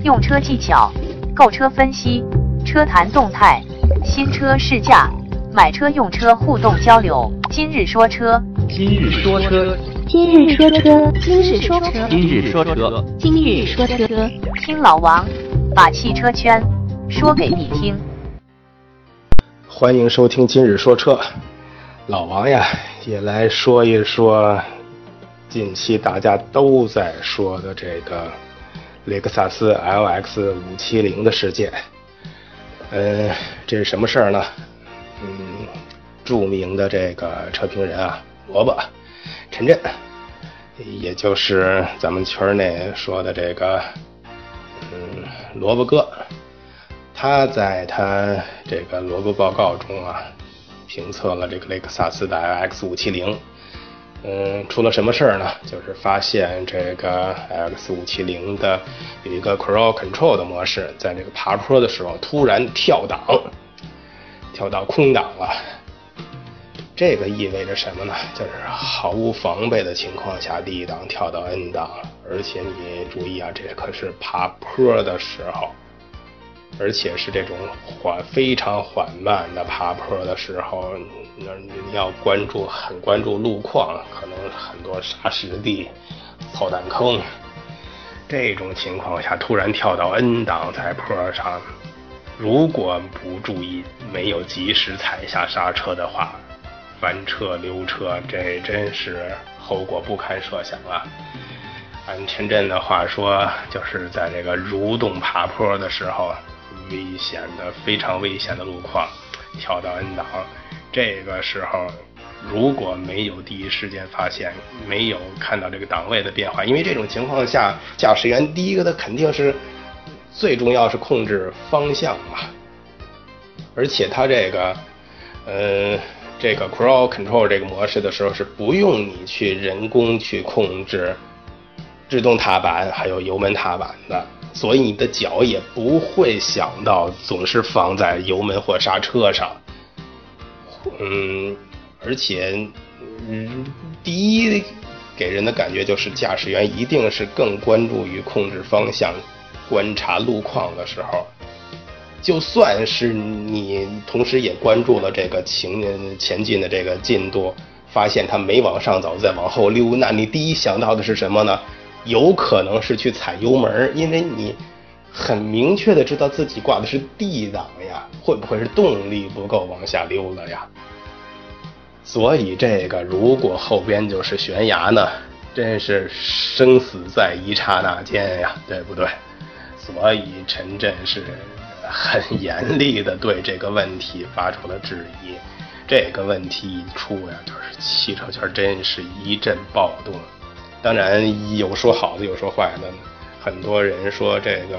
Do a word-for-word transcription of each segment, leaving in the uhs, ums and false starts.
用车技巧、购车分析、车谈动态、新车试驾、买车用车互动交流。今日说车， 今日说车， 今日说车，今日说车， 今日说车， 今日说车。 听老王把汽车圈说给你听。 欢迎收听今日说车，老王呀也来说一说近期大家都在说的这个雷克萨斯 L X 五七零的事件。呃，这是什么事儿呢？嗯，著名的这个车评人啊，萝卜陈震，也就是咱们圈内说的这个嗯萝卜哥，他在他这个萝卜报告中啊，评测了这个雷克萨斯的 L X 五七零。嗯，出了什么事儿呢？就是发现这个 L X 五七零的有一个 Cruise Control 的模式，在这个爬坡的时候突然跳档，跳到空档了。这个意味着什么呢？就是毫无防备的情况下 D 档跳到 N 档，而且你注意啊，这可是爬坡的时候，而且是这种缓非常缓慢的爬坡的时候，那你要关注很关注路况，可能很多沙石地、炮弹坑，这种情况下突然跳到 N 档在坡上，如果不注意，没有及时踩下刹车的话，翻车溜车，这真是后果不堪设想啊。按陈震的话说，就是在这个蠕动爬坡的时候，危险的非常危险的路况，跳到 N 档，这个时候如果没有第一时间发现，没有看到这个档位的变化，因为这种情况下，驾驶员第一个他肯定是最重要是控制方向嘛，而且他这个呃这个 Cruise Control 这个模式的时候是不用你去人工去控制制动踏板还有油门踏板的，所以你的脚也不会想到总是放在油门或刹车上。嗯，而且嗯，第一给人的感觉就是驾驶员一定是更关注于控制方向、观察路况的时候，就算是你同时也关注了这个前前进的这个进度，发现它没往上走再往后溜，那你第一想到的是什么呢？有可能是去踩油门，因为你很明确的知道自己挂的是 D 档呀，会不会是动力不够往下溜了呀？所以这个如果后边就是悬崖呢，真是生死在一刹那间呀，对不对？所以陈震是很严厉的对这个问题发出了质疑。这个问题一出呀，就是汽车圈真是一阵暴动。当然有说好的有说坏的，很多人说这个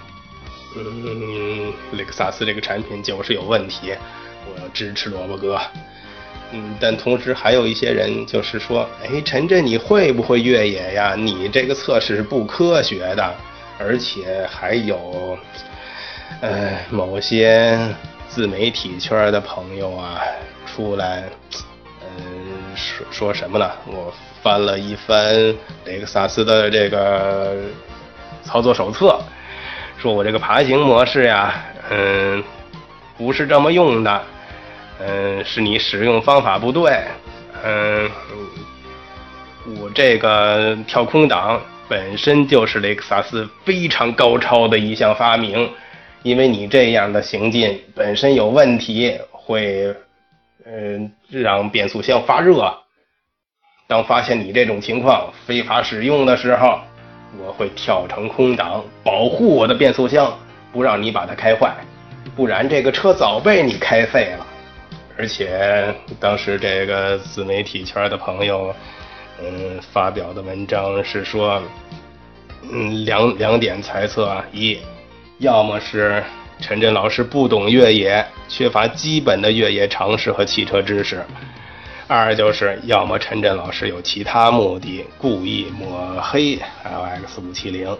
嗯雷克萨斯这个产品就是有问题，我支持萝卜哥。嗯，但同时还有一些人就是说，哎，陈震你会不会越野呀？你这个测试是不科学的，而且还有呃某些自媒体圈的朋友啊出来呃说说什么呢？我翻了一翻雷克萨斯的这个操作手册，说我这个爬行模式呀，嗯，不是这么用的，嗯，是你使用方法不对，嗯，我这个跳空档本身就是雷克萨斯非常高超的一项发明，因为你这样的行进本身有问题，会嗯让变速箱发热。当发现你这种情况非法使用的时候，我会跳成空档，保护我的变速箱，不让你把它开坏，不然这个车早被你开废了。而且当时这个自媒体圈的朋友嗯发表的文章是说嗯两两点猜测啊，一，要么是陈震老师不懂越野，缺乏基本的越野常识和汽车知识，二就是要么陈震老师有其他目的，故意抹黑 L X 五七零。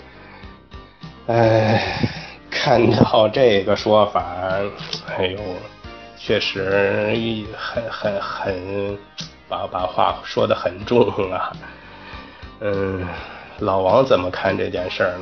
哎，看到这个说法，哎呦，确实很很很把把话说得很重啊。嗯，老王怎么看这件事儿呢？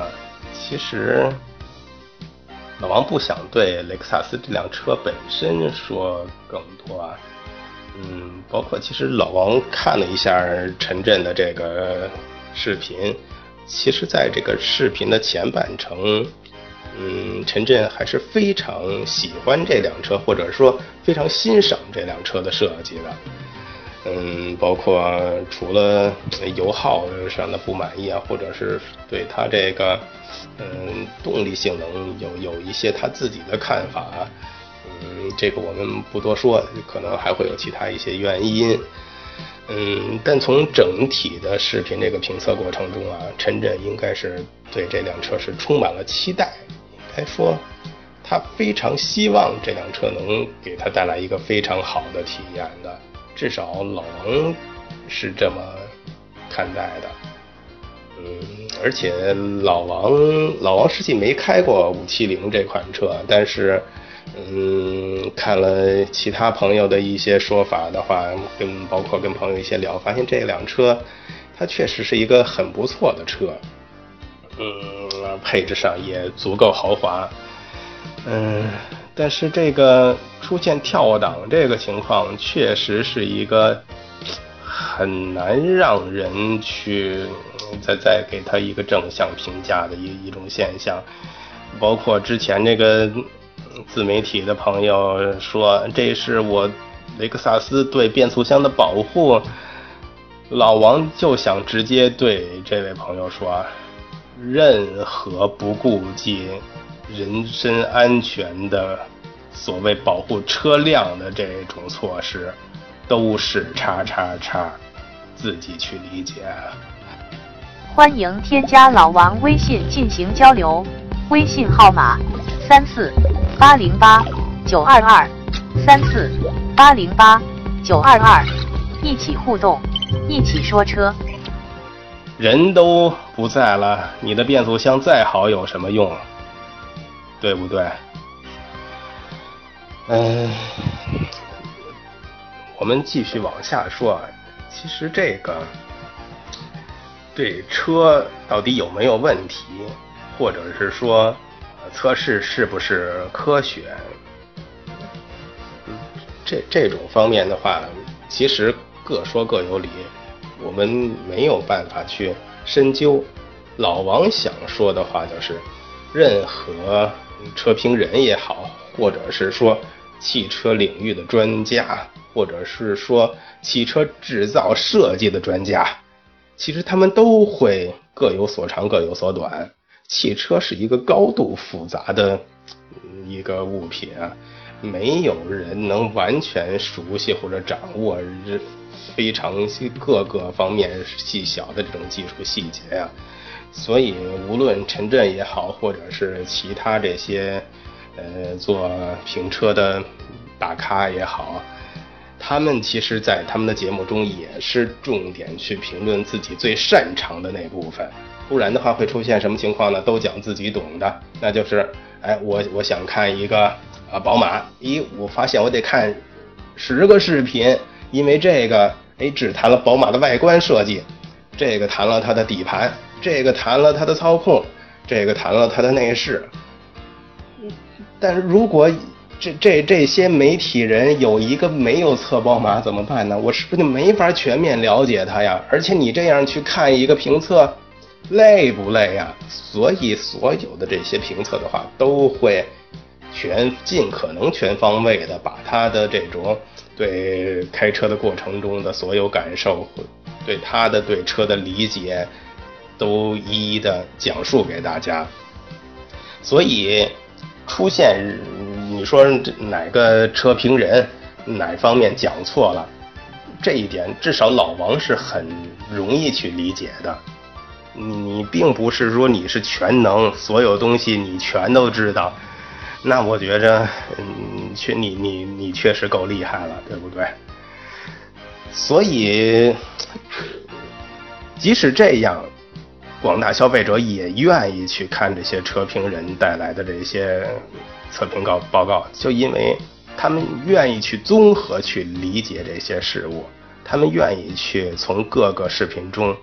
其实老王不想对雷克萨斯这辆车本身说更多啊。嗯，包括其实老王看了一下陈震的这个视频，其实在这个视频的前半程，嗯，陈震还是非常喜欢这辆车，或者说非常欣赏这辆车的设计的。嗯，包括除了油耗上的不满意啊，或者是对它这个嗯动力性能有有一些他自己的看法，嗯，这个我们不多说，可能还会有其他一些原因。嗯，但从整体的视频这个评测过程中啊，陈震应该是对这辆车是充满了期待，应该说他非常希望这辆车能给他带来一个非常好的体验的。至少老王是这么看待的，嗯，而且老王老王实际没开过五七零这款车，但是，嗯，看了其他朋友的一些说法的话，跟包括跟朋友一些聊，发现这辆车它确实是一个很不错的车，嗯，配置上也足够豪华，嗯。但是这个出现跳档这个情况确实是一个很难让人去再再给他一个正向评价的一一种现象。包括之前这个自媒体的朋友说这是我雷克萨斯对变速箱的保护，老王就想直接对这位朋友说，任何不顾及人身安全的所谓保护车辆的这种措施，都是叉叉叉，自己去理解。 欢迎添加老王微信进行交流，微信号码三四八零八九二二三四八零八九二二，一起互动，一起说车。 人都不在了，你的变速箱再好有什么用？对不对？嗯，我们继续往下说啊。其实这个对车到底有没有问题，或者是说测试是不是科学，这这种方面的话，其实各说各有理，我们没有办法去深究。老王想说的话就是，任何车评人也好，或者是说汽车领域的专家，或者是说汽车制造设计的专家，其实他们都会各有所长各有所短。汽车是一个高度复杂的一个物品啊，没有人能完全熟悉或者掌握非常各个方面细小的这种技术细节啊。所以无论陈震也好，或者是其他这些呃做评车的大咖也好，他们其实在他们的节目中也是重点去评论自己最擅长的那部分，不然的话会出现什么情况呢？都讲自己懂的，那就是哎我我想看一个啊宝马，咦我发现我得看十个视频，因为这个哎只谈了宝马的外观设计，这个谈了它的底盘，这个谈了它的操控，这个谈了它的内饰。但如果这这这些媒体人有一个没有测宝马怎么办呢？我是不是就没法全面了解它呀？而且你这样去看一个评测，累不累呀？所以所有的这些评测的话，都会全尽可能全方位的把他的这种对开车的过程中的所有感受，对他的对车的理解，都一一的讲述给大家。所以出现你说哪个车评人哪方面讲错了，这一点至少老王是很容易去理解的。你并不是说你是全能，所有东西你全都知道，那我觉着嗯确你你你确实够厉害了，对不对？所以即使这样，广大消费者也愿意去看这些车评人带来的这些测评告报告，就因为他们愿意去综合去理解这些事物，他们愿意去从各个视频中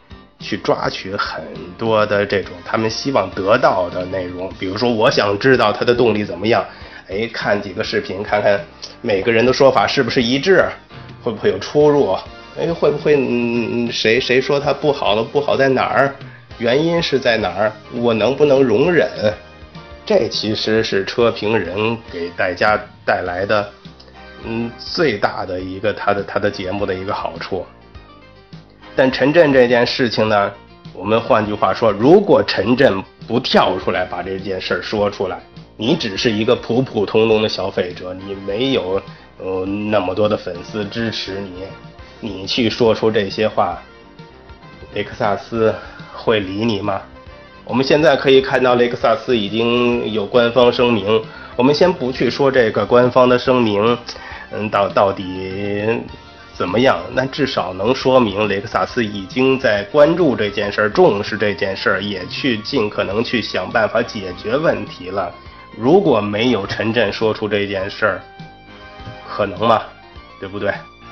去抓取很多的这种他们希望得到的内容。比如说我想知道它的动力怎么样，哎，看几个视频，看看每个人的说法是不是一致，会不会有出入，哎，会不会嗯谁谁说它不好了，不好在哪儿，原因是在哪儿，我能不能容忍。这其实是车评人给大家带来的嗯最大的一个他的他的节目的一个好处。但陈震这件事情呢，我们换句话说，如果陈震不跳出来把这件事说出来，你只是一个普普通通的消费者，你没有呃那么多的粉丝支持你，你去说出这些话，雷克萨斯会理你吗？我们现在可以看到雷克萨斯已经有官方声明，我们先不去说这个官方的声明嗯到到底怎么样，那至少能说明雷克萨斯已经在关注这件事儿，重视这件事儿，也去尽可能去想办法解决问题了。如果没有陈震说出这件事儿，可能吗？对不对？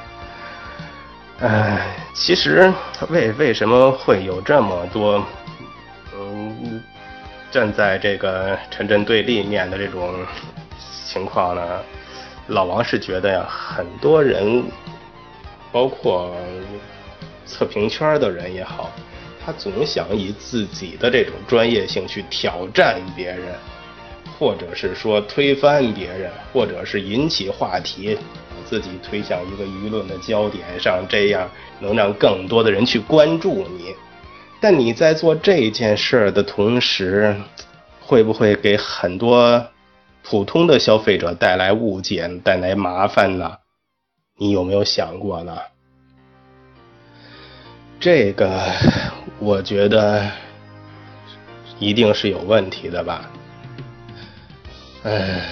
呃，其实为为什么会有这么多嗯站在这个陈震对立面的这种情况呢？老王是觉得呀，很多人包括测评圈的人也好，他总想以自己的这种专业性去挑战别人，或者是说推翻别人，或者是引起话题，自己推向一个舆论的焦点上，这样能让更多的人去关注你。但你在做这件事的同时，会不会给很多普通的消费者带来误解，带来麻烦呢？你有没有想过呢？这个我觉得一定是有问题的吧。嗯，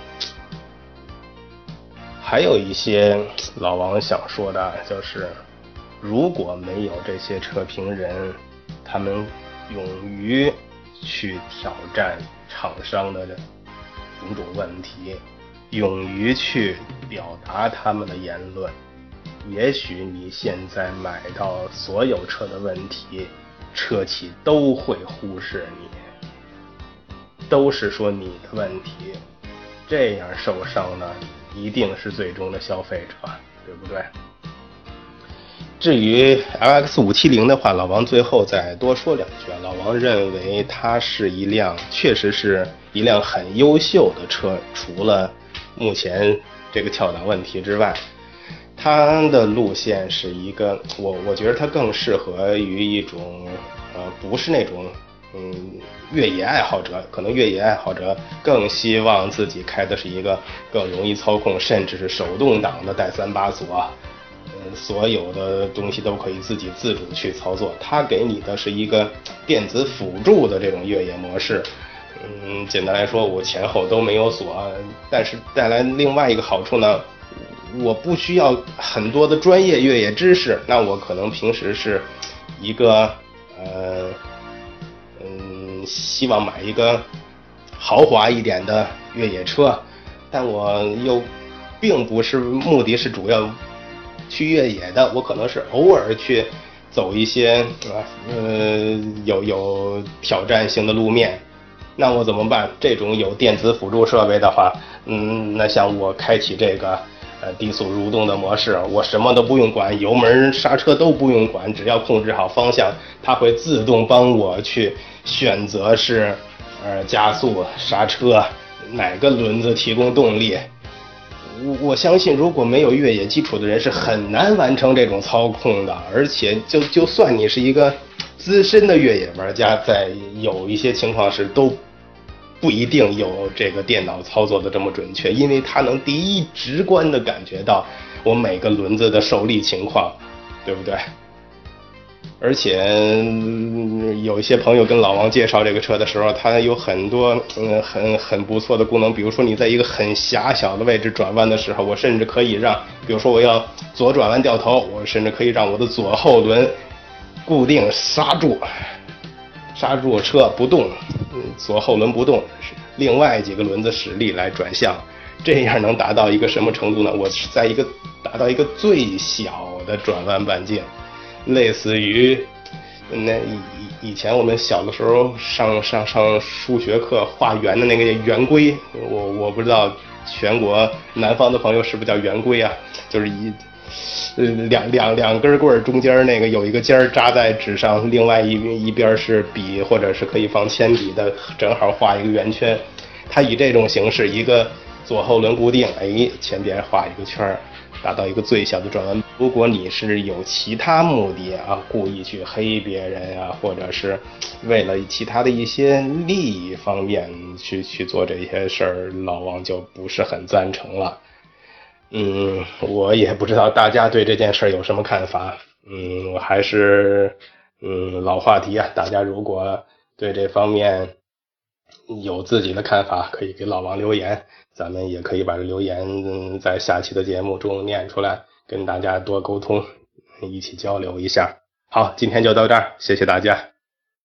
还有一些老王想说的就是，如果没有这些车评人，他们勇于去挑战厂商的种种问题，勇于去表达他们的言论，也许你现在买到所有车的问题，车企都会忽视你，都是说你的问题，这样受伤呢，一定是最终的消费者，对不对？至于 L X 五七零 的话，老王最后再多说两句。老王认为它是一辆，确实是一辆很优秀的车，除了目前这个跳档问题之外，它的路线是一个，我我觉得它更适合于一种呃，不是那种嗯越野爱好者，可能越野爱好者更希望自己开的是一个更容易操控，甚至是手动挡的带三把锁。呃，所有的东西都可以自己自主去操作，它给你的是一个电子辅助的这种越野模式。嗯，简单来说，我前后都没有锁，但是带来另外一个好处呢，我不需要很多的专业越野知识，那我可能平时是一个呃嗯希望买一个豪华一点的越野车，但我又并不是目的是主要去越野的，我可能是偶尔去走一些呃有有挑战性的路面，那我怎么办？这种有电子辅助设备的话，嗯，那像我开启这个呃低速蠕动的模式，我什么都不用管，油门刹车都不用管，只要控制好方向，它会自动帮我去选择是呃加速、刹车，哪个轮子提供动力。我我相信如果没有越野基础的人是很难完成这种操控的，而且就就算你是一个资深的越野玩家，在有一些情况是都不一定有这个电脑操作的这么准确，因为它能第一直观的感觉到我每个轮子的受力情况，对不对？而且、嗯、有一些朋友跟老王介绍这个车的时候，它有很多嗯很很不错的功能，比如说你在一个很狭小的位置转弯的时候，我甚至可以让，比如说我要左转弯掉头，我甚至可以让我的左后轮固定刹住，刹住车不动，左后轮不动，另外几个轮子使力来转向，这样能达到一个什么程度呢？我是在一个达到一个最小的转弯半径，类似于那以以前我们小的时候上上上数学课画圆的那个圆规，我我不知道全国南方的朋友是不是叫圆规啊？就是一呃两两两根棍儿中间那个有一个尖儿扎在纸上，另外一一边是笔或者是可以放铅笔的，正好画一个圆圈。它以这种形式，一个左后轮固定，哎，前边画一个圈儿，达到一个最小的转弯。如果你是有其他目的啊，故意去黑别人啊，或者是为了其他的一些利益方面去去做这些事儿，老王就不是很赞成了。嗯，我也不知道大家对这件事有什么看法。嗯，还是嗯老话题啊，大家如果对这方面有自己的看法，可以给老王留言，咱们也可以把这留言在下期的节目中念出来，跟大家多沟通，一起交流一下。好，今天就到这儿，谢谢大家。